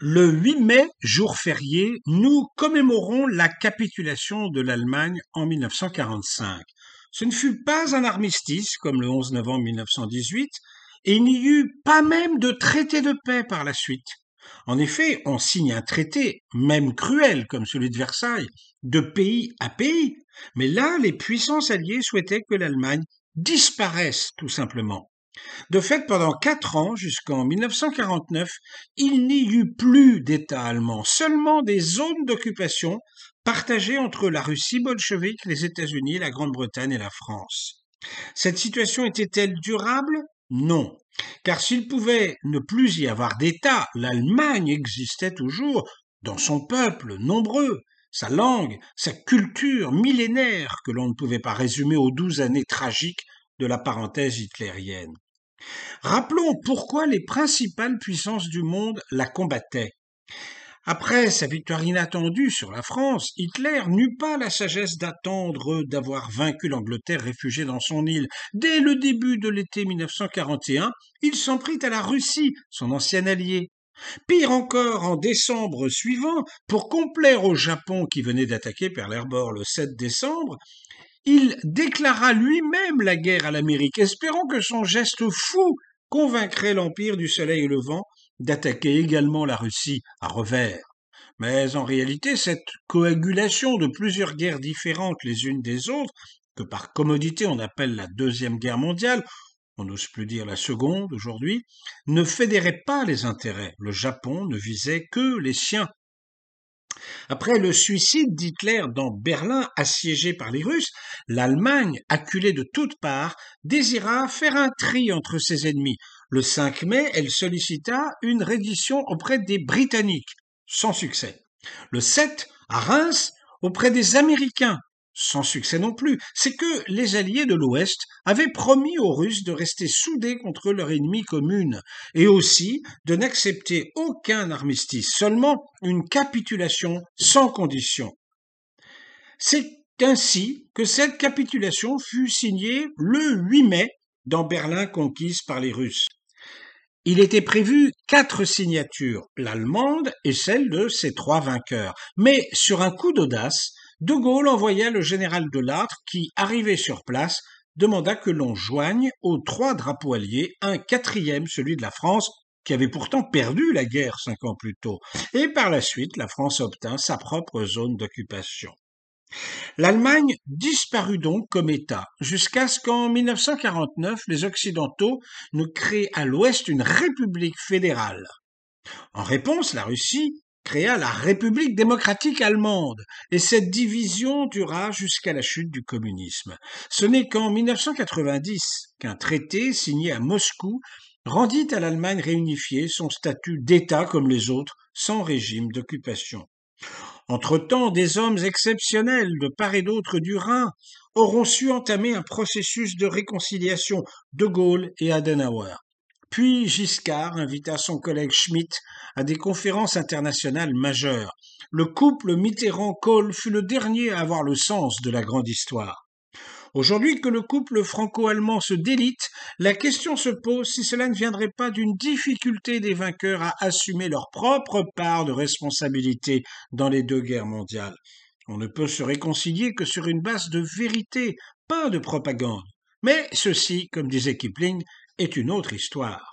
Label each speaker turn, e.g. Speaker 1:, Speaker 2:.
Speaker 1: Le 8 mai, jour férié, nous commémorons la capitulation de l'Allemagne en 1945. Ce ne fut pas un armistice comme le 11 novembre 1918 et il n'y eut pas même de traité de paix par la suite. En effet, on signe un traité, même cruel comme celui de Versailles, de pays à pays, mais là, les puissances alliées souhaitaient que l'Allemagne disparaisse tout simplement. De fait, pendant 4 ans, jusqu'en 1949, il n'y eut plus d'État allemand, seulement des zones d'occupation partagées entre la Russie bolchevique, les États-Unis, la Grande-Bretagne et la France. Cette situation était-elle durable? Non, car s'il pouvait ne plus y avoir d'État, l'Allemagne existait toujours dans son peuple nombreux, sa langue, sa culture millénaire que l'on ne pouvait pas résumer aux 12 années tragiques de la parenthèse hitlérienne. Rappelons pourquoi les principales puissances du monde la combattaient. Après sa victoire inattendue sur la France, Hitler n'eut pas la sagesse d'attendre d'avoir vaincu l'Angleterre réfugiée dans son île. Dès le début de l'été 1941, il s'en prit à la Russie, son ancien allié. Pire encore, en décembre suivant, pour complaire au Japon qui venait d'attaquer Pearl Harbor le 7 décembre, il déclara lui-même la guerre à l'Amérique, espérant que son geste fou convaincrait l'Empire du Soleil levant d'attaquer également la Russie à revers. Mais en réalité, cette coagulation de plusieurs guerres différentes les unes des autres, que par commodité on appelle la Deuxième Guerre mondiale, on n'ose plus dire la seconde aujourd'hui, ne fédérait pas les intérêts. Le Japon ne visait que les siens. Après le suicide d'Hitler dans Berlin assiégé par les Russes, l'Allemagne, acculée de toutes parts, désira faire un tri entre ses ennemis. Le 5 mai, elle sollicita une reddition auprès des Britanniques, sans succès. Le 7, à Reims, auprès des Américains, sans succès non plus. C'est que les alliés de l'Ouest avaient promis aux Russes de rester soudés contre leur ennemi commune et aussi de n'accepter aucun armistice, seulement une capitulation sans condition. C'est ainsi que cette capitulation fut signée le 8 mai dans Berlin conquise par les Russes. Il était prévu 4 signatures, l'allemande et celle de ses 3 vainqueurs. Mais sur un coup d'audace, De Gaulle envoya le général de Lattre qui, arrivé sur place, demanda que l'on joigne aux 3 drapeaux alliés un 4e, celui de la France, qui avait pourtant perdu la guerre 5 ans plus tôt. Et par la suite, la France obtint sa propre zone d'occupation. L'Allemagne disparut donc comme État, jusqu'à ce qu'en 1949, les Occidentaux ne créent à l'Ouest une république fédérale. En réponse, la Russie créa la République démocratique allemande, et cette division dura jusqu'à la chute du communisme. Ce n'est qu'en 1990 qu'un traité signé à Moscou rendit à l'Allemagne réunifiée son statut d'État comme les autres, sans régime d'occupation. Entre-temps, des hommes exceptionnels de part et d'autre du Rhin auront su entamer un processus de réconciliation, De Gaulle et Adenauer. Puis Giscard invita son collègue Schmitt à des conférences internationales majeures. Le couple Mitterrand-Kohl fut le dernier à avoir le sens de la grande histoire. Aujourd'hui que le couple franco-allemand se délite, la question se pose si cela ne viendrait pas d'une difficulté des vainqueurs à assumer leur propre part de responsabilité dans les 2 guerres mondiales. On ne peut se réconcilier que sur une base de vérité, pas de propagande. Mais ceci, comme disait Kipling, est une autre histoire.